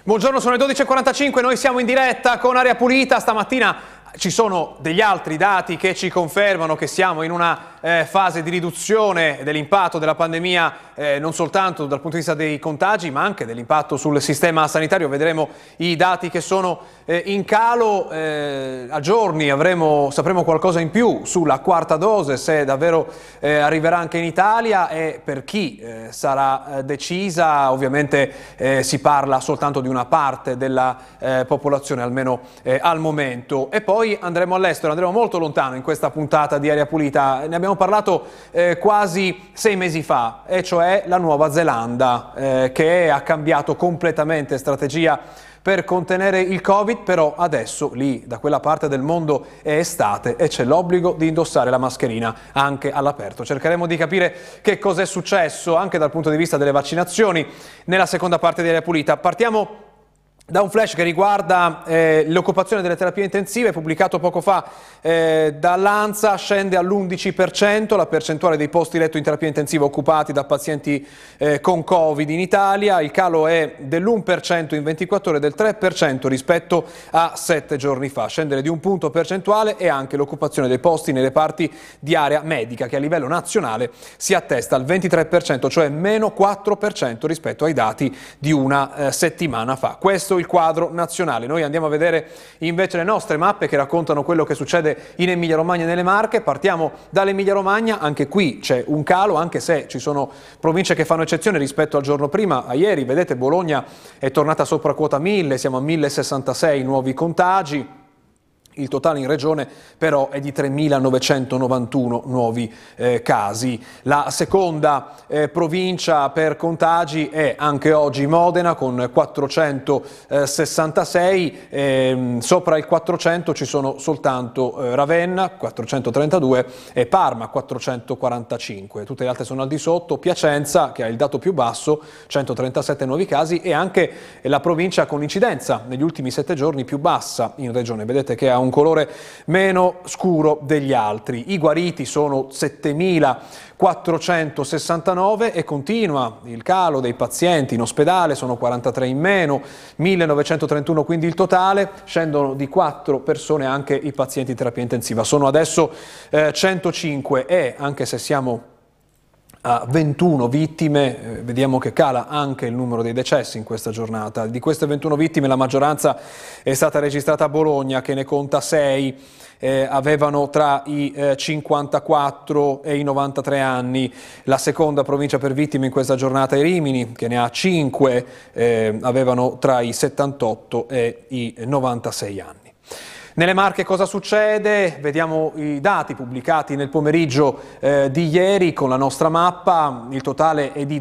Buongiorno, sono le 12:45, noi siamo in diretta con Aria Pulita. Stamattina ci sono degli altri dati che ci confermano che siamo in una fase di riduzione dell'impatto della pandemia, non soltanto dal punto di vista dei contagi, ma anche dell'impatto sul sistema sanitario. Vedremo i dati che sono in calo. A giorni sapremo qualcosa in più sulla quarta dose, se davvero arriverà anche in Italia e per chi sarà decisa. Ovviamente si parla soltanto di una parte della popolazione, almeno al momento. E poi andremo all'estero, andremo molto lontano in questa puntata di Aria Pulita. Ne abbiamo parlato quasi 6 mesi fa, e cioè la Nuova Zelanda, che ha cambiato completamente strategia per contenere il Covid, però adesso lì, da quella parte del mondo, è estate e c'è l'obbligo di indossare la mascherina anche all'aperto. Cercheremo di capire che cos'è successo anche dal punto di vista delle vaccinazioni nella seconda parte di Aria Pulita. Partiamo da un flash che riguarda l'occupazione delle terapie intensive, pubblicato poco fa dall'ANSA. Scende all'11% la percentuale dei posti letto in terapia intensiva occupati da pazienti con Covid in Italia. Il calo è dell'1% in 24 ore, del 3% rispetto a 7 giorni fa. Scendere di un punto percentuale e anche l'occupazione dei posti nei reparti di area medica, che a livello nazionale si attesta al 23%, cioè meno 4% rispetto ai dati di una settimana fa. Questo il quadro nazionale. Noi andiamo a vedere invece le nostre mappe che raccontano quello che succede in Emilia-Romagna e nelle Marche. Partiamo dall'Emilia-Romagna. Anche qui c'è un calo, anche se ci sono province che fanno eccezione rispetto al giorno prima, a ieri. Vedete, Bologna è tornata sopra quota 1000, siamo a 1066 nuovi contagi. Il totale in regione però è di 3.991 nuovi casi. La seconda provincia per contagi è anche oggi Modena con 466, sopra il 400 ci sono soltanto Ravenna 432 e Parma 445, tutte le altre sono al di sotto. Piacenza, che ha il dato più basso, 137 nuovi casi, e anche la provincia con incidenza negli ultimi 7 giorni più bassa in regione. Vedete che ha un colore meno scuro degli altri. I guariti sono 7.469 e continua il calo dei pazienti in ospedale, sono 43 in meno, 1.931 quindi il totale. Scendono di 4 persone anche i pazienti in terapia intensiva, sono adesso 105, e anche se siamo a 21 vittime, vediamo che cala anche il numero dei decessi in questa giornata. Di queste 21 vittime la maggioranza è stata registrata a Bologna, che ne conta 6, avevano tra i 54 e i 93 anni. La seconda provincia per vittime in questa giornata è Rimini, che ne ha 5, avevano tra i 78 e i 96 anni. Nelle Marche cosa succede? Vediamo i dati pubblicati nel pomeriggio di ieri con la nostra mappa. Il totale è di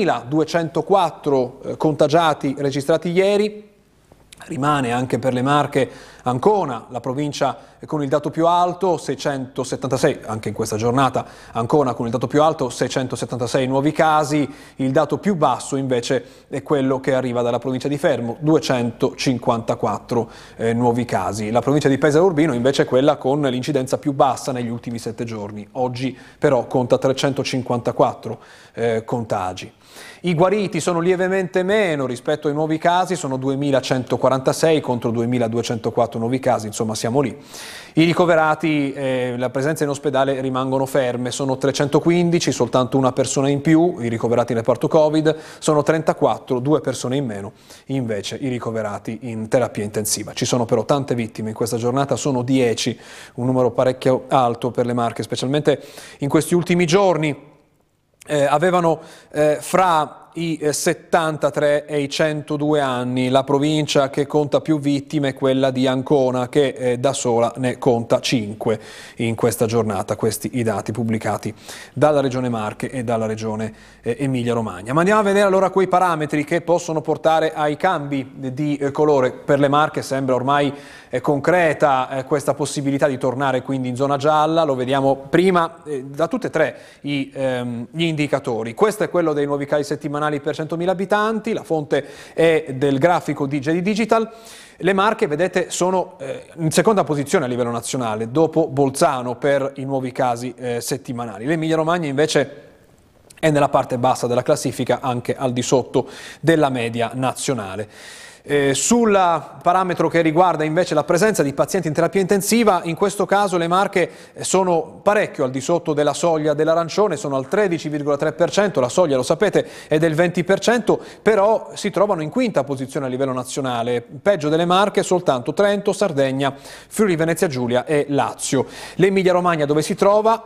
2.204 contagiati registrati ieri. Rimane anche per le Marche Ancona, la provincia con il dato più alto, 676, anche in questa giornata Ancona con il dato più alto, 676 nuovi casi. Il dato più basso invece è quello che arriva dalla provincia di Fermo, 254 nuovi casi. La provincia di Pesaro Urbino invece è quella con l'incidenza più bassa negli ultimi 7 giorni, oggi però conta 354 contagi. I guariti sono lievemente meno rispetto ai nuovi casi, sono 2.146 contro 2.204 nuovi casi, insomma siamo lì. I ricoverati, la presenza in ospedale rimangono ferme, sono 315, soltanto una persona in più, i ricoverati in reparto Covid, sono 34, 2 persone in meno, invece i ricoverati in terapia intensiva. Ci sono però tante vittime in questa giornata, sono 10, un numero parecchio alto per le Marche, specialmente in questi ultimi giorni. Avevano fra i 73 e i 102 anni. La provincia che conta più vittime è quella di Ancona, che da sola ne conta 5 in questa giornata. Questi i dati pubblicati dalla Regione Marche e dalla Regione Emilia-Romagna. Ma andiamo a vedere allora quei parametri che possono portare ai cambi di colore. Per le Marche sembra ormai concreta questa possibilità di tornare quindi in zona gialla. Lo vediamo prima da tutte e tre gli indicatori. Questo è quello dei nuovi casi settimanali per 100.000 abitanti, la fonte è del grafico di GD Digital. Le Marche, vedete, sono in seconda posizione a livello nazionale, dopo Bolzano per i nuovi casi settimanali. L'Emilia Romagna invece è nella parte bassa della classifica, anche al di sotto della media nazionale. Sul parametro che riguarda invece la presenza di pazienti in terapia intensiva, in questo caso le Marche sono parecchio al di sotto della soglia dell'arancione, sono al 13,3%, la soglia lo sapete è del 20%, però si trovano in quinta posizione a livello nazionale, peggio delle Marche soltanto Trento, Sardegna, Friuli Venezia Giulia e Lazio. L'Emilia Romagna dove si trova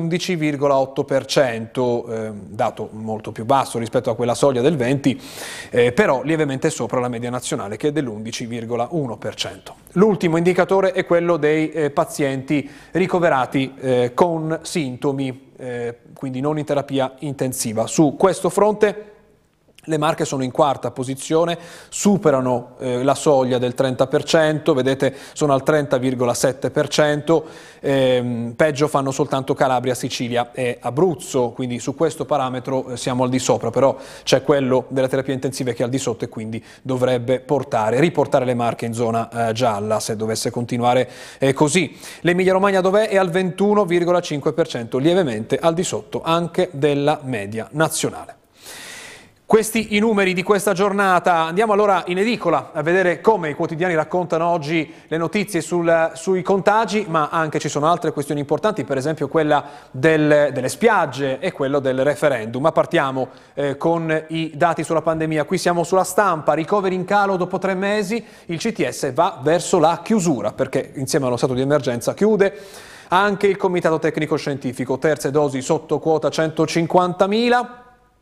all'11,8%, dato molto più basso rispetto a quella soglia del 20%, però lievemente sopra la media nazionale che è dell'11,1%. L'ultimo indicatore è quello dei pazienti ricoverati con sintomi, quindi non in terapia intensiva. Su questo fronte le Marche sono in quarta posizione, superano la soglia del 30%, vedete sono al 30,7%, peggio fanno soltanto Calabria, Sicilia e Abruzzo, quindi su questo parametro siamo al di sopra, però c'è quello della terapia intensiva che è al di sotto e quindi dovrebbe riportare le Marche in zona gialla se dovesse continuare così. L'Emilia Romagna dov'è? È al 21,5%, lievemente al di sotto anche della media nazionale. Questi i numeri di questa giornata. Andiamo allora in edicola a vedere come i quotidiani raccontano oggi le notizie sui contagi, ma anche ci sono altre questioni importanti, per esempio quella delle spiagge e quello del referendum. Ma partiamo con i dati sulla pandemia. Qui siamo sulla Stampa, ricoveri in calo dopo 3 mesi, il CTS va verso la chiusura perché insieme allo stato di emergenza chiude anche il Comitato Tecnico Scientifico, terze dosi sotto quota 150.000.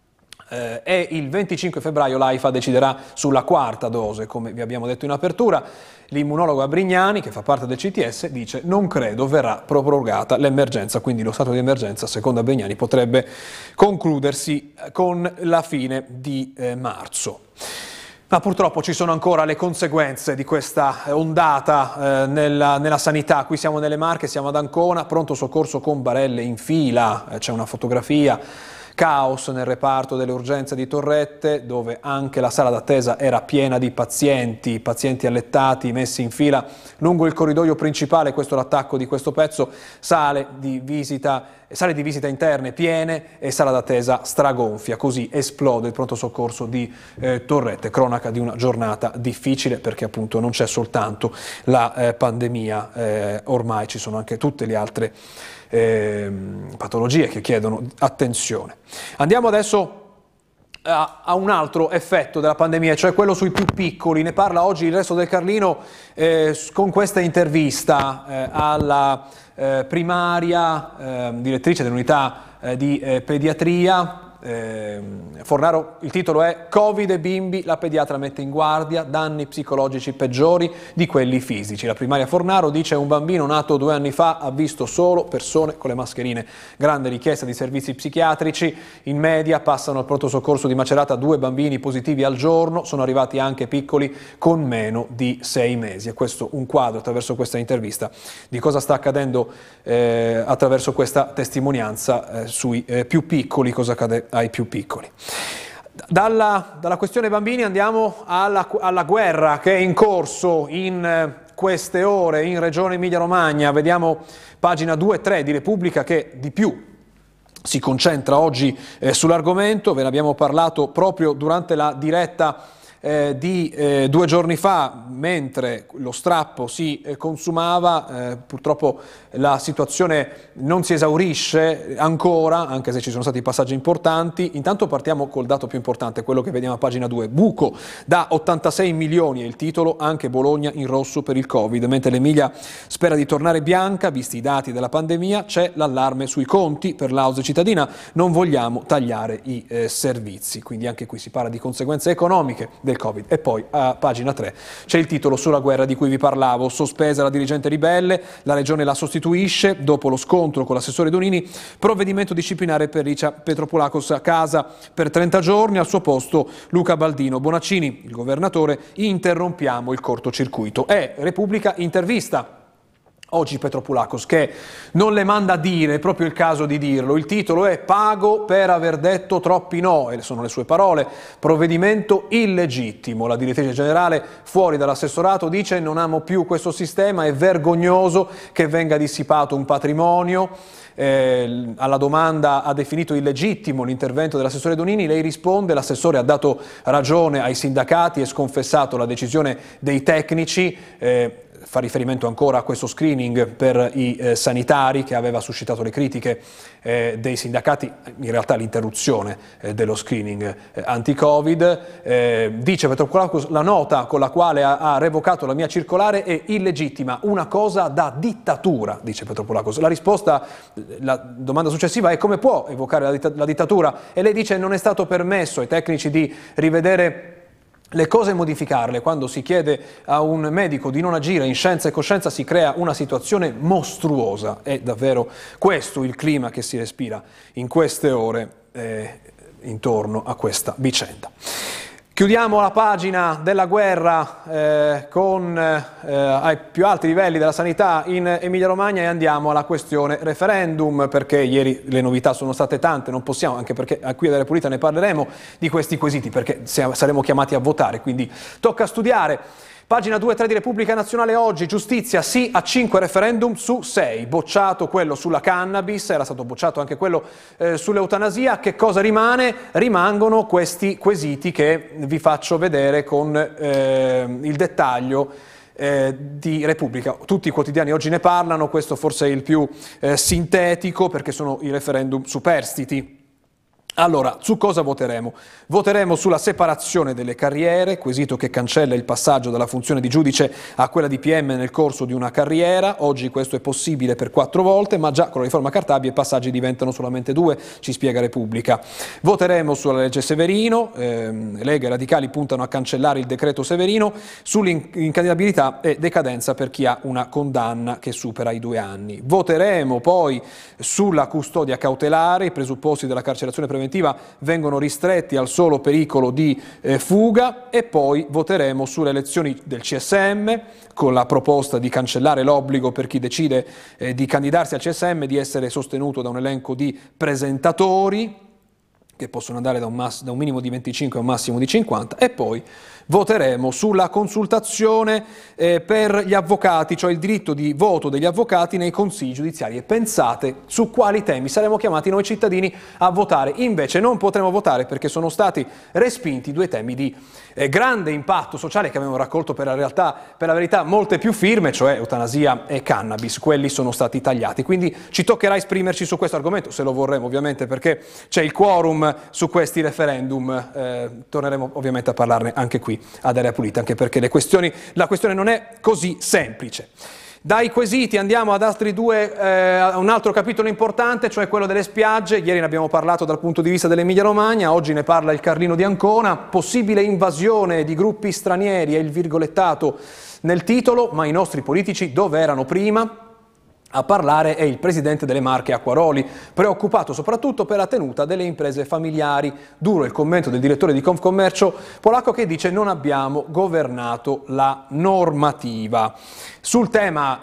E il 25 febbraio l'AIFA deciderà sulla quarta dose, come vi abbiamo detto in apertura. L'immunologo Abrignani, che fa parte del CTS, dice non credo verrà prorogata l'emergenza, quindi lo stato di emergenza, secondo Abrignani, potrebbe concludersi con la fine di marzo. Ma purtroppo ci sono ancora le conseguenze di questa ondata nella sanità. Qui siamo nelle Marche, siamo ad Ancona, pronto soccorso con barelle in fila, c'è una fotografia. Caos nel reparto delle urgenze di Torrette, dove anche la sala d'attesa era piena di pazienti allettati, messi in fila lungo il corridoio principale. Questo è l'attacco di questo pezzo, sale di visita interne piene e sala d'attesa stragonfia. Così esplode il pronto soccorso di Torrette, cronaca di una giornata difficile perché appunto non c'è soltanto la pandemia, ormai ci sono anche tutte le altre patologie che chiedono attenzione. Andiamo adesso a un altro effetto della pandemia, cioè quello sui più piccoli. Ne parla oggi il Resto del Carlino con questa intervista alla primaria, direttrice dell'unità di pediatria. Fornaro, il titolo è Covid e bimbi, la pediatra mette in guardia, danni psicologici peggiori di quelli fisici. La primaria Fornaro dice un bambino nato 2 anni fa ha visto solo persone con le mascherine, grande richiesta di servizi psichiatrici, in media passano al pronto soccorso di Macerata 2 bambini positivi al giorno, sono arrivati anche piccoli con meno di 6 mesi. E questo un quadro attraverso questa intervista di cosa sta accadendo attraverso questa testimonianza sui più piccoli, cosa accade ai più piccoli. Dalla questione bambini andiamo alla guerra che è in corso in queste ore in Regione Emilia-Romagna. Vediamo pagina 2 e 3 di Repubblica che di più si concentra oggi sull'argomento. Ve ne abbiamo parlato proprio durante la diretta di 2 giorni fa, mentre lo strappo si consumava. Purtroppo la situazione non si esaurisce ancora, anche se ci sono stati passaggi importanti. Intanto partiamo col dato più importante, quello che vediamo a pagina 2. Buco da 86 milioni è il titolo, anche Bologna in rosso per il Covid. Mentre l'Emilia spera di tornare bianca, visti i dati della pandemia, c'è l'allarme sui conti per l'Ause cittadina. Non vogliamo tagliare i servizi. Quindi anche qui si parla di conseguenze economiche del Covid. E poi a pagina 3 c'è il titolo sulla guerra di cui vi parlavo, sospesa la dirigente ribelle, la regione la sostituisce dopo lo scontro con l'assessore Donini, provvedimento disciplinare per Licia Petropolacos a casa per 30 giorni, al suo posto Luca Baldino. Bonaccini, il governatore, interrompiamo il cortocircuito. Repubblica intervista Oggi Petropoulos che non le manda a dire, è proprio il caso di dirlo. Il titolo è "Pago per aver detto troppi no", e sono le sue parole, provvedimento illegittimo. La direttrice generale fuori dall'assessorato dice: "Non amo più questo sistema, è vergognoso che venga dissipato un patrimonio". Alla domanda "ha definito illegittimo l'intervento dell'assessore Donini?", lei risponde: "L'assessore ha dato ragione ai sindacati e sconfessato la decisione dei tecnici". Fa riferimento ancora a questo screening per i sanitari che aveva suscitato le critiche dei sindacati, in realtà l'interruzione dello screening anti-Covid. Dice Petropoulos: "La nota con la quale ha revocato la mia circolare è illegittima, una cosa da dittatura", dice Petropoulos. La risposta, la domanda successiva è: "Come può evocare la dittatura?". E lei dice: "Non è stato permesso ai tecnici di rivedere le cose e modificarle. Quando si chiede a un medico di non agire in scienza e coscienza si crea una situazione mostruosa". È davvero questo il clima che si respira in queste ore intorno a questa vicenda. Chiudiamo la pagina della guerra ai più alti livelli della sanità in Emilia-Romagna e andiamo alla questione referendum, perché ieri le novità sono state tante, non possiamo, anche perché qui ad Aria Pulita ne parleremo di questi quesiti, perché saremo chiamati a votare, quindi tocca studiare. Pagina 2 e 3 di Repubblica Nazionale oggi: giustizia, sì a 5 referendum su 6, bocciato quello sulla cannabis, era stato bocciato anche quello sull'eutanasia. Che cosa rimane? Rimangono questi quesiti che vi faccio vedere con il dettaglio di Repubblica. Tutti i quotidiani oggi ne parlano, questo forse è il più sintetico perché sono i referendum superstiti. Allora, su cosa voteremo? Voteremo sulla separazione delle carriere, quesito che cancella il passaggio dalla funzione di giudice a quella di PM nel corso di una carriera. Oggi questo è possibile per 4 volte, ma già con la riforma Cartabia i passaggi diventano solamente 2, ci spiega Repubblica. Voteremo sulla legge Severino, Lega e Radicali puntano a cancellare il decreto Severino, sull'incandidabilità e decadenza per chi ha una condanna che supera i 2 anni. Voteremo poi sulla custodia cautelare, i presupposti della carcerazione preventiva vengono ristretti al solo pericolo di fuga, e poi voteremo sulle elezioni del CSM con la proposta di cancellare l'obbligo per chi decide di candidarsi al CSM di essere sostenuto da un elenco di presentatori che possono andare da un minimo di 25 a un massimo di 50, e poi voteremo sulla consultazione per gli avvocati, cioè il diritto di voto degli avvocati nei consigli giudiziari. E pensate su quali temi saremo chiamati noi cittadini a votare. Invece non potremo votare perché sono stati respinti 2 temi di grande impatto sociale che avevano raccolto per la verità molte più firme, cioè eutanasia e cannabis. Quelli sono stati tagliati, quindi ci toccherà esprimerci su questo argomento, se lo vorremmo ovviamente, perché c'è il quorum su questi referendum. Torneremo ovviamente a parlarne anche qui ad Aria Pulita, anche perché la questione non è così semplice. Dai quesiti andiamo ad altri a un altro capitolo importante, cioè quello delle spiagge. Ieri ne abbiamo parlato dal punto di vista dell'Emilia-Romagna, oggi ne parla il Carlino di Ancona. Possibile invasione di gruppi stranieri è il virgolettato nel titolo, ma i nostri politici dove erano prima? A parlare è il presidente delle Marche Acquaroli, preoccupato soprattutto per la tenuta delle imprese familiari. Duro il commento del direttore di Confcommercio polacco, che dice: "Non abbiamo governato la normativa". Sul tema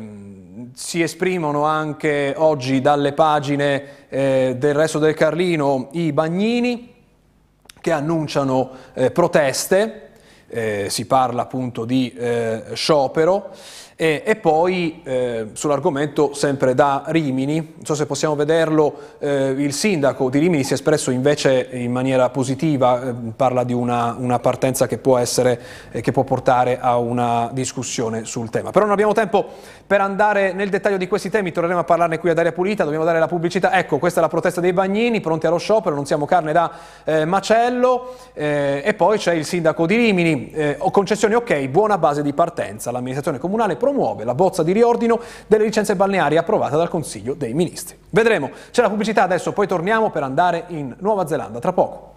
si esprimono anche oggi dalle pagine del Resto del Carlino i Bagnini, che annunciano proteste, si parla appunto di sciopero. E poi sull'argomento sempre da Rimini, non so se possiamo vederlo, il sindaco di Rimini si è espresso invece in maniera positiva, parla di una partenza che può portare a una discussione sul tema. Però non abbiamo tempo per andare nel dettaglio di questi temi, torneremo a parlarne qui ad Aria Pulita, dobbiamo dare la pubblicità. Ecco, questa è la protesta dei Bagnini, pronti allo sciopero, non siamo carne da macello. E poi c'è il sindaco di Rimini, concessioni ok, buona base di partenza, l'amministrazione comunale promuove la bozza di riordino delle licenze balneari approvata dal Consiglio dei Ministri. Vedremo, c'è la pubblicità adesso, poi torniamo per andare in Nuova Zelanda tra poco.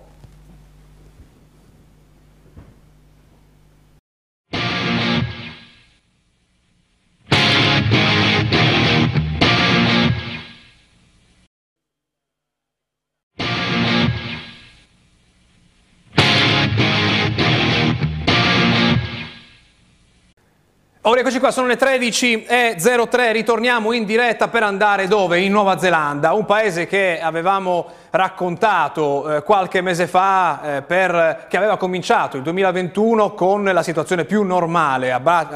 Ora eccoci qua, sono le 13:03, ritorniamo in diretta per andare dove? In Nuova Zelanda, un paese che avevamo raccontato qualche mese fa, che aveva cominciato il 2021 con la situazione più normale,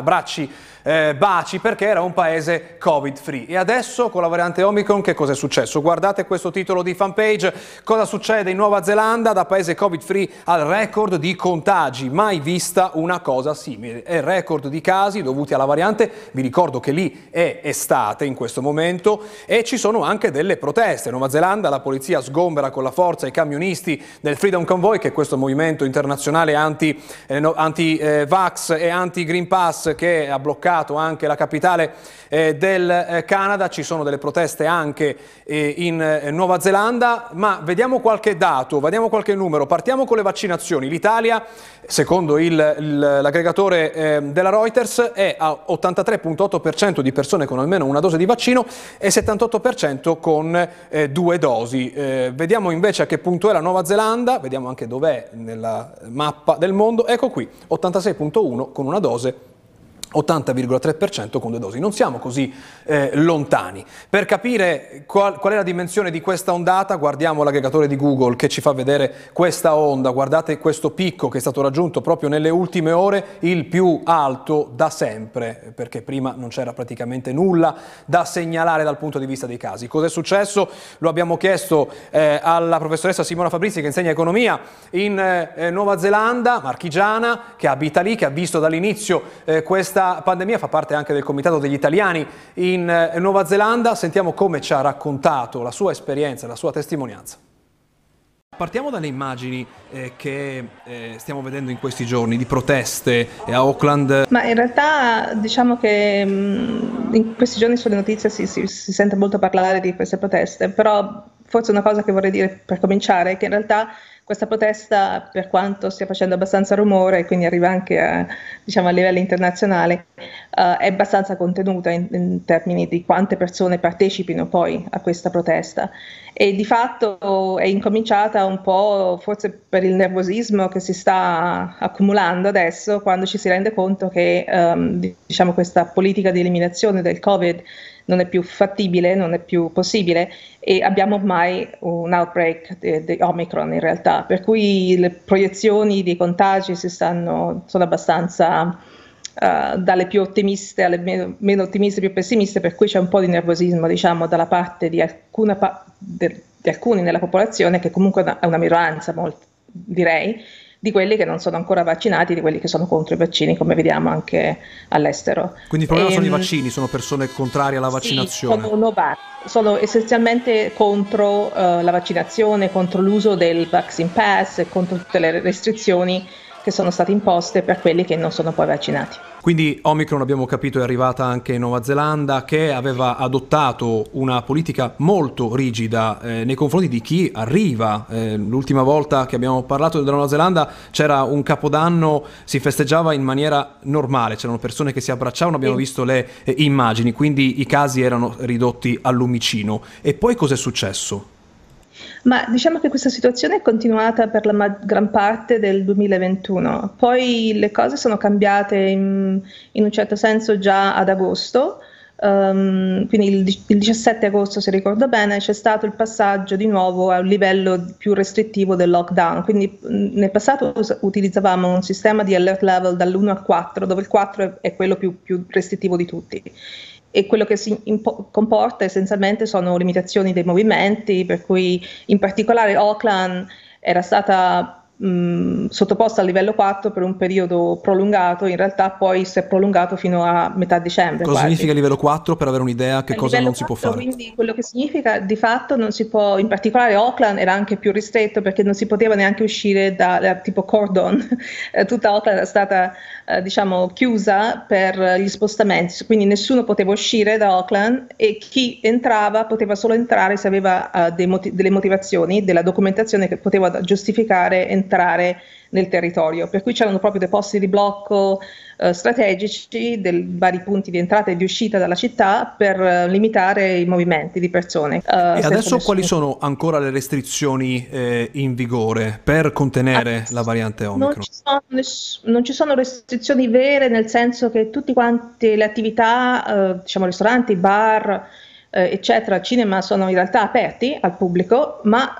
baci, perché era un paese Covid free. E adesso con la variante Omicron che cosa è successo? Guardate questo titolo di fanpage, cosa succede in Nuova Zelanda da paese Covid free al record di contagi, mai vista una cosa simile, è il record di casi dovuti alla variante. Vi ricordo che lì è estate in questo momento e ci sono anche delle proteste. In Nuova Zelanda la polizia sgombera con la forza i camionisti del Freedom Convoy, che è questo movimento internazionale anti-vax e anti-Green Pass che ha bloccato anche la capitale del Canada. Ci sono delle proteste anche in Nuova Zelanda, ma vediamo qualche dato, vediamo qualche numero. Partiamo con le vaccinazioni. L'Italia, secondo l'aggregatore della Reuters, è a 83,8% di persone con almeno una dose di vaccino e 78% con 2 dosi. Vediamo invece a che punto è la Nuova Zelanda, vediamo anche dov'è nella mappa del mondo. Ecco qui, 86,1% con una dose, 80,3% con 2 dosi. Non siamo così lontani. Per capire qual è la dimensione di questa ondata, guardiamo l'aggregatore di Google che ci fa vedere questa onda. Guardate questo picco che è stato raggiunto proprio nelle ultime ore, il più alto da sempre, perché prima non c'era praticamente nulla da segnalare dal punto di vista dei casi. Cos'è successo? Lo abbiamo chiesto alla professoressa Simona Fabrizi, che insegna economia in Nuova Zelanda, marchigiana, che abita lì, che ha visto dall'inizio questa pandemia, fa parte anche del comitato degli italiani in Nuova Zelanda. Sentiamo come ci ha raccontato la sua esperienza, la sua testimonianza. Partiamo dalle immagini che stiamo vedendo in questi giorni di proteste a Auckland. Ma in realtà diciamo che in questi giorni sulle notizie si sente molto parlare di queste proteste, però forse una cosa che vorrei dire per cominciare è che in realtà questa protesta, per quanto stia facendo abbastanza rumore e quindi arriva anche a livello internazionale, è abbastanza contenuta in termini di quante persone partecipino poi a questa protesta. E di fatto è incominciata un po' forse per il nervosismo che si sta accumulando adesso, quando ci si rende conto che questa politica di eliminazione del Covid non è più fattibile, non è più possibile, e abbiamo ormai un outbreak di Omicron in realtà, per cui le proiezioni di contagi sono abbastanza dalle più ottimiste alle meno ottimiste, più pessimiste, per cui c'è un po' di nervosismo dalla parte di alcuni nella popolazione, che comunque è una minoranza, direi, di quelli che non sono ancora vaccinati, di quelli che sono contro i vaccini, come vediamo anche all'estero. Quindi il problema sono i vaccini, sono persone contrarie alla vaccinazione? Sì, sono essenzialmente contro la vaccinazione, contro l'uso del Vaccine Pass e contro tutte le restrizioni che sono state imposte per quelli che non sono poi vaccinati. Quindi Omicron, abbiamo capito, è arrivata anche in Nuova Zelanda, che aveva adottato una politica molto rigida nei confronti di chi arriva. L'ultima volta che abbiamo parlato della Nuova Zelanda c'era un Capodanno, si festeggiava in maniera normale, c'erano persone che si abbracciavano, abbiamo visto le immagini, quindi i casi erano ridotti al lumicino. E poi cos'è successo? Ma diciamo che questa situazione è continuata per la gran parte del 2021, poi le cose sono cambiate in un certo senso già ad agosto, quindi il 17 agosto, se ricordo bene, c'è stato il passaggio di nuovo a un livello più restrittivo del lockdown, quindi nel passato utilizzavamo un sistema di alert level dall'1 al 4, dove il 4 è quello più restrittivo di tutti. E quello che si comporta essenzialmente sono limitazioni dei movimenti, per cui in particolare Auckland era stata sottoposta al livello 4 per un periodo prolungato, in realtà poi si è prolungato fino a metà dicembre. Cosa significa livello 4, per avere un'idea che cosa non si può fare? Quindi quello che significa di fatto non si può, in particolare Auckland era anche più ristretto perché non si poteva neanche uscire da tipo cordon, tutta Auckland è stata chiusa per gli spostamenti, quindi nessuno poteva uscire da Auckland e chi entrava poteva solo entrare se aveva delle motivazioni, della documentazione che poteva giustificare entrare nel territorio, per cui c'erano proprio dei posti di blocco strategici dei vari punti di entrata e di uscita dalla città per limitare i movimenti di persone. E adesso quali sono ancora le restrizioni in vigore per contenere la variante Omicron? Non ci sono restrizioni vere, nel senso che tutte quante le attività, diciamo ristoranti, bar, eccetera, cinema sono in realtà aperti al pubblico, ma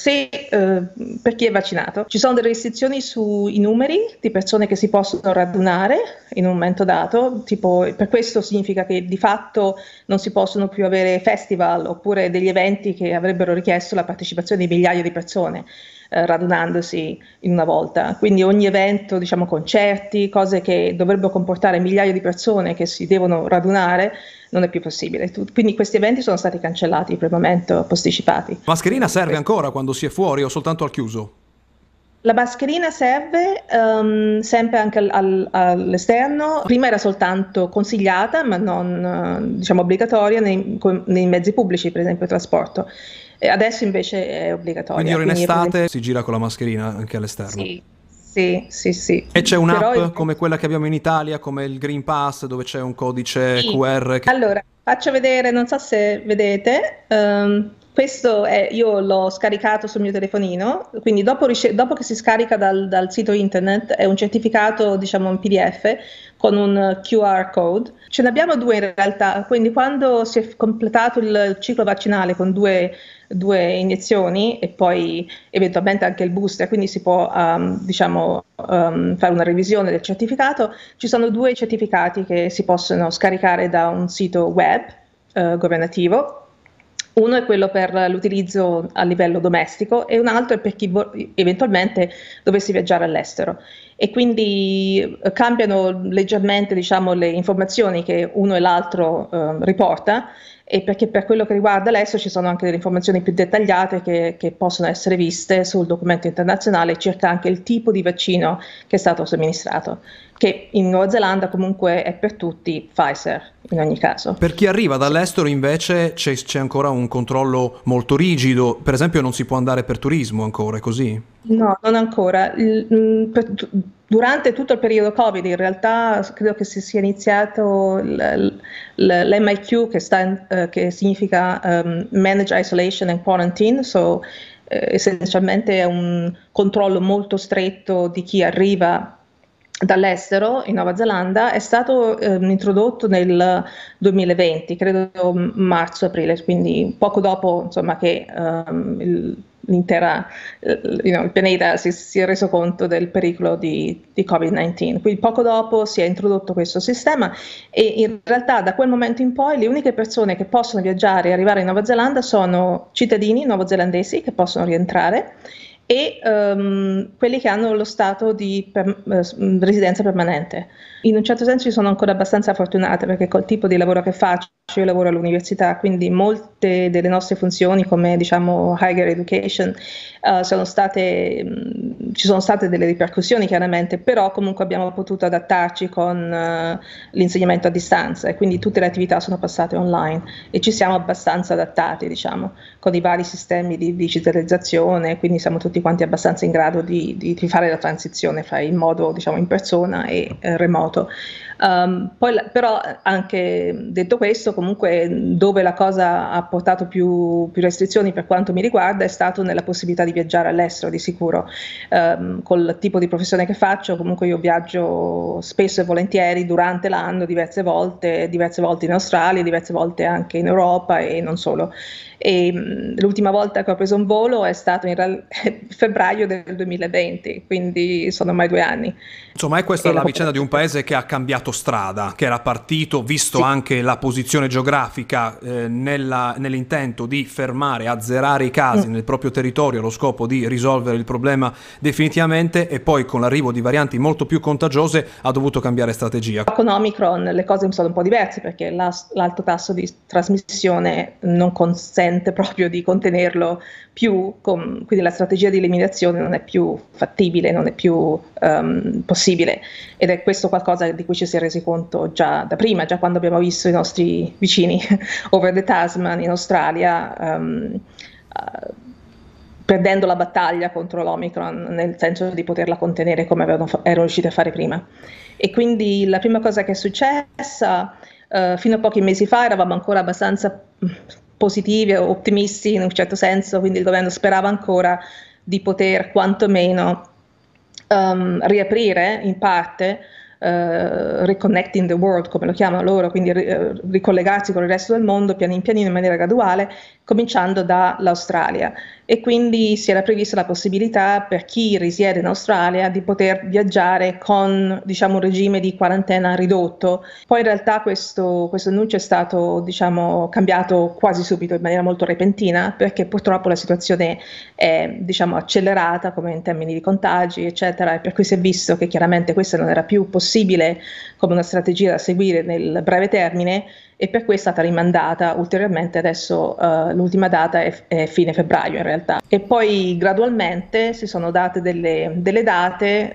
per chi è vaccinato. Ci sono delle restrizioni sui numeri di persone che si possono radunare in un momento dato, tipo, per questo significa che di fatto non si possono più avere festival oppure degli eventi che avrebbero richiesto la partecipazione di migliaia di persone radunandosi in una volta. Quindi ogni evento, diciamo concerti, cose che dovrebbero comportare migliaia di persone che si devono radunare, non è più possibile. Quindi questi eventi sono stati cancellati per il momento, posticipati. Mascherina serve ancora quando si è fuori o soltanto al chiuso? La mascherina serve sempre anche all'esterno. Prima era soltanto consigliata, ma non diciamo obbligatoria nei mezzi pubblici, per esempio il trasporto. Adesso invece è obbligatoria. Quindi ora in estate si gira con la mascherina anche all'esterno? Sì. E c'è un'app come quella che abbiamo in Italia, come il Green Pass, dove c'è un codice QR? Allora, faccio vedere, non so se vedete, questo io l'ho scaricato sul mio telefonino, quindi dopo che si scarica dal sito internet è un certificato, diciamo un PDF con un QR code. Ce ne abbiamo due in realtà, quindi quando si è completato il ciclo vaccinale con due iniezioni e poi eventualmente anche il booster, quindi si può fare una revisione del certificato. Ci sono due certificati che si possono scaricare da un sito web governativo. Uno è quello per l'utilizzo a livello domestico e un altro è per chi eventualmente dovesse viaggiare all'estero. E quindi cambiano leggermente, diciamo, le informazioni che uno e l'altro riporta, e perché per quello che riguarda l'estero ci sono anche delle informazioni più dettagliate che possono essere viste sul documento internazionale circa anche il tipo di vaccino che è stato somministrato, che in Nuova Zelanda comunque è per tutti Pfizer in ogni caso. Per chi arriva dall'estero invece c'è ancora un controllo molto rigido, per esempio non si può andare per turismo ancora, è così? No, non ancora. Durante tutto il periodo Covid in realtà credo che si sia iniziato l'MIQ che significa Manage Isolation and Quarantine, essenzialmente è un controllo molto stretto di chi arriva dall'estero in Nuova Zelanda. È stato introdotto nel 2020, credo marzo-aprile, quindi poco dopo insomma, che il pianeta si è reso conto del pericolo di Covid-19. Quindi poco dopo si è introdotto questo sistema e in realtà da quel momento in poi le uniche persone che possono viaggiare e arrivare in Nuova Zelanda sono cittadini neozelandesi che possono rientrare e quelli che hanno lo stato di residenza permanente. In un certo senso io sono ancora abbastanza fortunata perché col tipo di lavoro che faccio, io lavoro all'università, quindi molte delle nostre funzioni come diciamo higher education ci sono state delle ripercussioni chiaramente, però comunque abbiamo potuto adattarci con l'insegnamento a distanza e quindi tutte le attività sono passate online e ci siamo abbastanza adattati, diciamo, con i vari sistemi di digitalizzazione, quindi siamo tutti quanti abbastanza in grado di fare la transizione fra il modo diciamo in persona e remoto. Però anche detto questo, comunque dove la cosa ha portato più restrizioni per quanto mi riguarda è stato nella possibilità di viaggiare all'estero di sicuro. Col tipo di professione che faccio comunque io viaggio spesso e volentieri durante l'anno diverse volte in Australia, diverse volte anche in Europa e non solo. E l'ultima volta che ho preso un volo è stato in febbraio del 2020, quindi sono ormai 2 anni. Insomma, è questa la vicenda di un paese che ha cambiato strada, che era partito, visto anche la posizione geografica, nell'intento di fermare, azzerare i casi nel proprio territorio allo scopo di risolvere il problema definitivamente, e poi con l'arrivo di varianti molto più contagiose ha dovuto cambiare strategia. Con Omicron le cose sono un po' diverse perché l'alto tasso di trasmissione non consente proprio di contenerlo più, quindi la strategia di eliminazione non è più fattibile, non è più possibile, ed è questo qualcosa di cui ci si è resi conto già da prima, già quando abbiamo visto i nostri vicini over the Tasman in Australia perdendo la battaglia contro l'Omicron, nel senso di poterla contenere come erano riusciti a fare prima. E quindi la prima cosa che è successa, fino a pochi mesi fa eravamo ancora abbastanza positivi o ottimisti in un certo senso, quindi il governo sperava ancora di poter quantomeno riaprire in parte, reconnecting the world come lo chiamano loro, quindi ricollegarsi con il resto del mondo pianino in maniera graduale, cominciando dall'Australia. E quindi si era prevista la possibilità per chi risiede in Australia di poter viaggiare con, diciamo, un regime di quarantena ridotto. Poi in realtà questo annuncio è stato, diciamo, cambiato quasi subito, in maniera molto repentina, perché purtroppo la situazione è, diciamo, accelerata come in termini di contagi, eccetera, e per cui si è visto che chiaramente questa non era più possibile come una strategia da seguire nel breve termine, e per cui è stata rimandata ulteriormente. Adesso l'ultima data è fine febbraio in realtà, e poi gradualmente si sono date delle date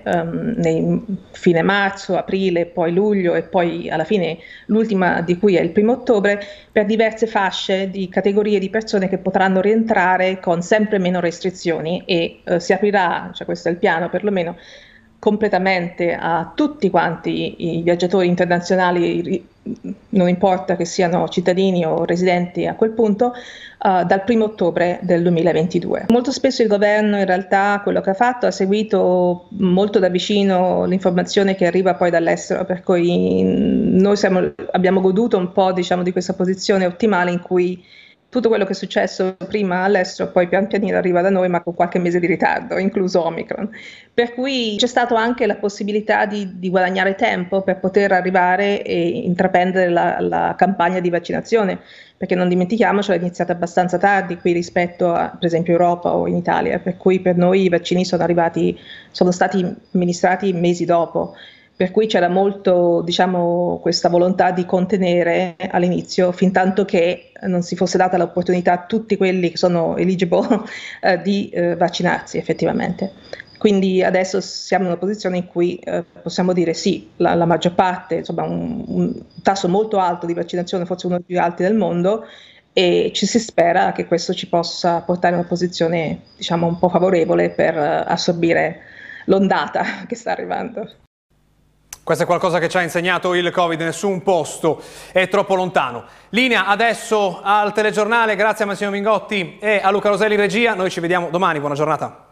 fine marzo, aprile, poi luglio e poi alla fine l'ultima di cui è il 1° ottobre, per diverse fasce di categorie di persone che potranno rientrare con sempre meno restrizioni, e si aprirà, cioè questo è il piano perlomeno, completamente a tutti quanti i viaggiatori internazionali, non importa che siano cittadini o residenti a quel punto, dal 1° ottobre del 2022. Molto spesso il governo in realtà quello che ha fatto ha seguito molto da vicino l'informazione che arriva poi dall'estero, per cui noi abbiamo goduto un po', diciamo, di questa posizione ottimale in cui tutto quello che è successo prima all'estero poi pian pianino arriva da noi, ma con qualche mese di ritardo, incluso Omicron. Per cui c'è stata anche la possibilità di guadagnare tempo per poter arrivare e intraprendere la campagna di vaccinazione, perché non dimentichiamoci, è iniziata abbastanza tardi qui rispetto a, per esempio, Europa o in Italia, per cui per noi i vaccini sono stati amministrati mesi dopo. Per cui c'era molto, diciamo, questa volontà di contenere all'inizio, fin tanto che non si fosse data l'opportunità a tutti quelli che sono eligible di vaccinarsi effettivamente. Quindi adesso siamo in una posizione in cui possiamo dire sì, la maggior parte, insomma un tasso molto alto di vaccinazione, forse uno dei più alti del mondo, e ci si spera che questo ci possa portare in una posizione, diciamo, un po' favorevole per assorbire l'ondata che sta arrivando. Questo è qualcosa che ci ha insegnato il Covid, nessun posto è troppo lontano. Linea adesso al telegiornale, grazie a Massimo Mingotti e a Luca Roselli in regia, noi ci vediamo domani, buona giornata.